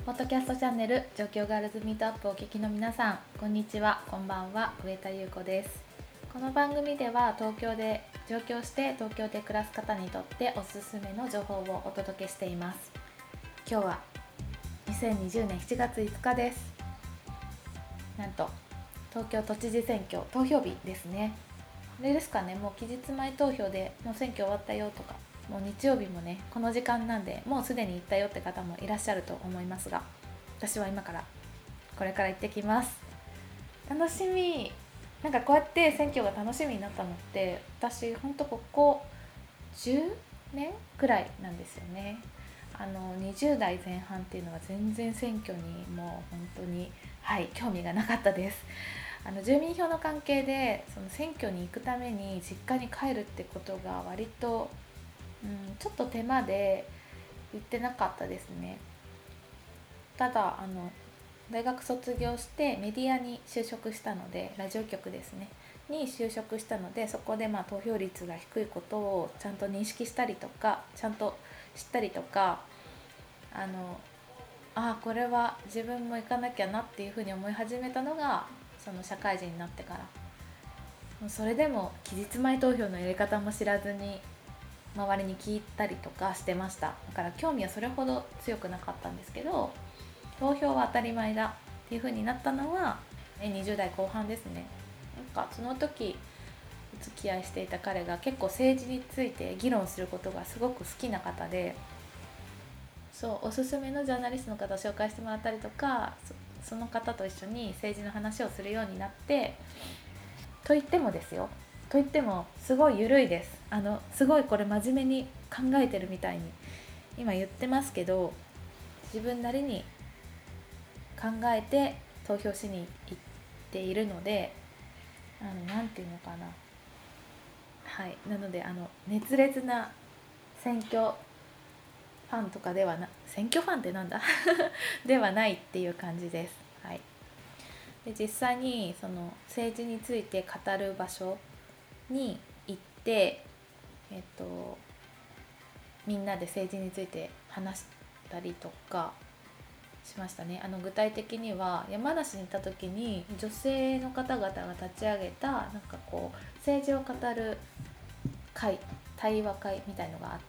ポッドキャストチャンネル上京ガールズミートアップをお聞きの皆さん、こんにちは、こんばんは、上田優子です。この番組では東京で上京して東京で暮らす方にとっておすすめの情報をお届けしています。今日は2020年7月5日です。なんと東京都知事選挙投票日ですね。あれですかね、もう期日前投票でもう選挙終わったよとか、もう日曜日もねこの時間なんでもうすでに行ったよって方もいらっしゃると思いますが、私は今からこれから行ってきます。楽しみ。なんかこうやって選挙が楽しみになったのって私ほんとここ10年くらいなんですよね。20代前半っていうのは全然選挙にもう本当に興味がなかったです。住民票の関係でその選挙に行くために実家に帰るってことが割と、ちょっと手間で行ってなかったですね。ただ大学卒業してメディアに就職したので、ラジオ局ですねに就職したので、そこで投票率が低いことをちゃんと認識したりとか、ちゃんと知ったりとか、これは自分も行かなきゃなっていうふうに思い始めたのがその社会人になってから。それでも期日前投票のやり方も知らずに周りに聞いたりとかしてました。だから興味はそれほど強くなかったんですけど、投票は当たり前だっていう風になったのは20代後半ですね。なんかその時お付き合いしていた彼が結構政治について議論することがすごく好きな方で、そうおすすめのジャーナリストの方を紹介してもらったりとか、その方と一緒に政治の話をするようになって、と言ってもですよ、と言ってもすごい緩いです。すごいこれ真面目に考えてるみたいに今言ってますけど、自分なりに考えて投票しに行っているので、なんていうのかな、なので熱烈な選挙ファンとかではな、選挙ファンってなんだではないっていう感じです。で実際にその政治について語る場所に行って、みんなで政治について話したりとかしましたね。具体的には山梨に行った時に女性の方々が立ち上げた政治を語る会、対話会みたいのがあって、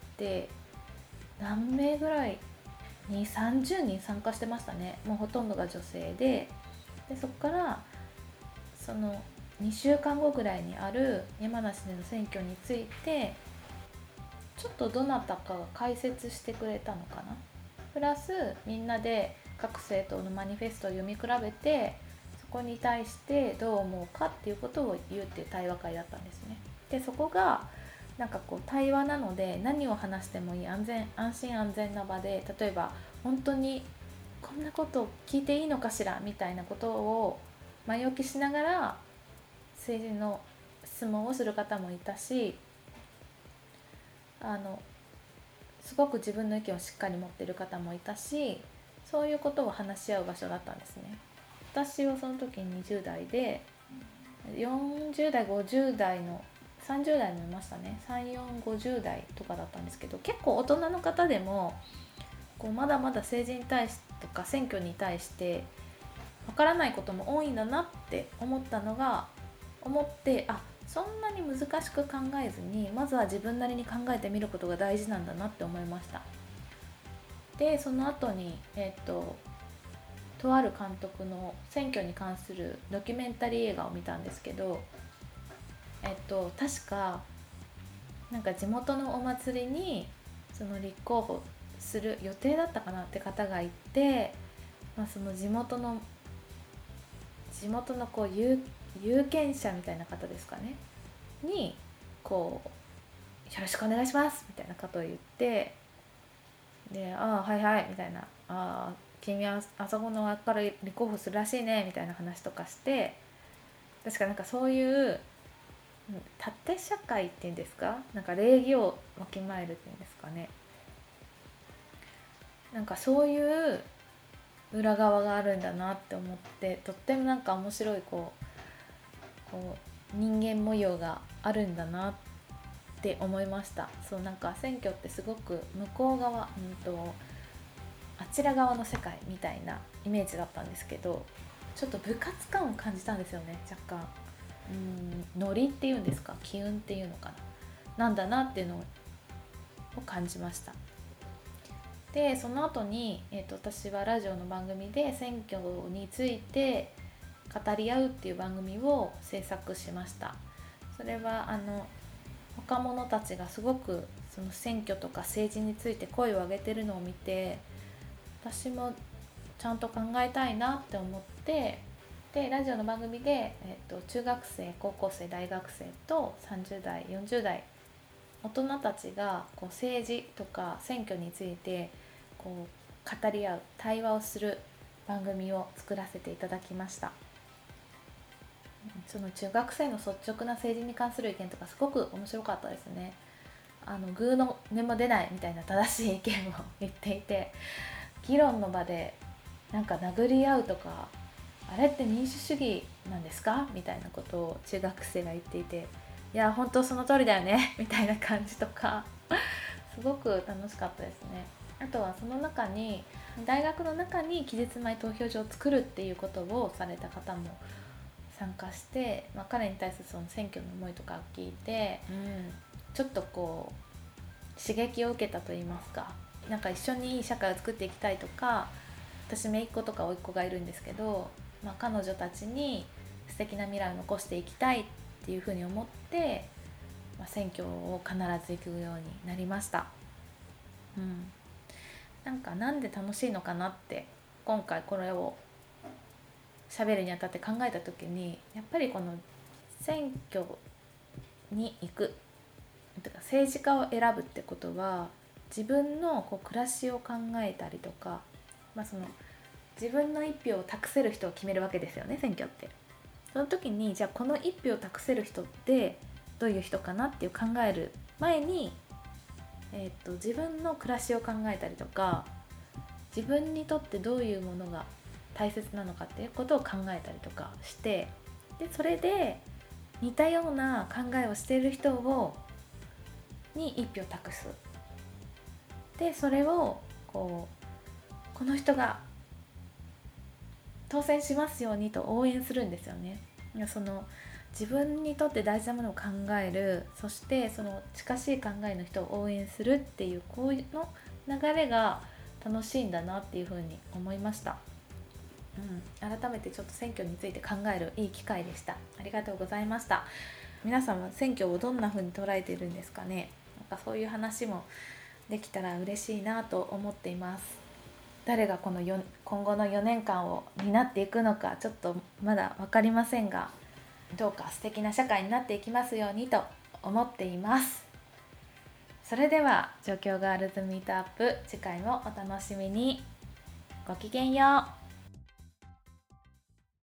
何名ぐらい2、30人参加してましたね。もうほとんどが女性でそこからその2週間後ぐらいにある山梨での選挙についてちょっとどなたかが解説してくれたのかな。プラスみんなで各政党のマニフェストを読み比べて、そこに対してどう思うかっていうことを言うっていう対話会だったんですね。でそこが対話なので何を話してもいい安心安全な場で、例えば本当にこんなこと聞いていいのかしらみたいなことを前置きしながら政治の質問をする方もいたし、すごく自分の意見をしっかり持っている方もいたし、そういうことを話し合う場所だったんですね。私はその時20代で、40代50代の30代もいましたね。3450代とかだったんですけど、結構大人の方でもまだまだ政治に対してとか選挙に対してわからないことも多いんだなって思って、そんなに難しく考えずにまずは自分なりに考えてみることが大事なんだなって思いました。でその後にとある監督の選挙に関するドキュメンタリー映画を見たんですけど、確か地元のお祭りにその立候補する予定だったかなって方がいて、その地元の有権者みたいな方ですかねによろしくお願いしますみたいなことを言って、ではいはいみたいな、君はあそこの枠から立候補するらしいねみたいな話とかして、確かそういう縦社会っていうんですか、礼儀をわきまえるっていうんですかね、そういう裏側があるんだなって思って、とっても面白い人間模様があるんだなって思いました。選挙ってすごく向こう側、 あちら側の世界みたいなイメージだったんですけど、ちょっと部活感を感じたんですよね。若干ノリっていうんですか、機運っていうのかな、なんだなっていうのを感じました。でその後に、私はラジオの番組で選挙について語り合うっていう番組を制作しました。それは若者たちがすごくその選挙とか政治について声を上げてるのを見て、私もちゃんと考えたいなって思って、でラジオの番組で、中学生、高校生、大学生と30代40代大人たちがこう政治とか選挙についてこう語り合う、対話をする番組を作らせていただきました。その中学生の率直な政治に関する意見とかすごく面白かったですね。グーの音も出ないみたいな正しい意見を言っていて、議論の場でなんか殴り合うとか、あれって民主主義なんですかみたいなことを中学生が言っていて、いや本当その通りだよねみたいな感じとかすごく楽しかったですね。あとはその中に大学の中に期日前投票所を作るっていうことをされた方も参加して、彼に対するその選挙の思いとかを聞いて、ちょっとこう刺激を受けたと言いますか、なんか一緒にいい社会を作っていきたいとか、私姪っ子とか甥っ子がいるんですけど、彼女たちに素敵な未来を残していきたいっていうふうに思って、選挙を必ず行くようになりました。なんで楽しいのかなって今回これを喋るにあたって考えた時に、やっぱりこの選挙に行くとか政治家を選ぶってことは、自分のこう暮らしを考えたりとか、その自分の一票を託せる人を決めるわけですよね、選挙って。その時にじゃあこの一票を託せる人ってどういう人かなっていう考える前に、自分の暮らしを考えたりとか、自分にとってどういうものが大切なのかっていうことを考えたりとかして、でそれで似たような考えをしている人に一票託す。でそれをこの人が当選しますようにと応援するんですよね。その自分にとって大事なものを考える、そしてその近しい考えの人を応援するっていう、こういうの流れが楽しいんだなっていうふうに思いました。改めてちょっと選挙について考えるいい機会でした。ありがとうございました。皆さんは選挙をどんな風に捉えているんですかね。そういう話もできたら嬉しいなと思っています。誰が今後の4年間を担っていくのかちょっとまだ分かりませんが、どうか素敵な社会になっていきますようにと思っています。それでは上京ガールズミートアップ、次回もお楽しみに。ごきげんよう。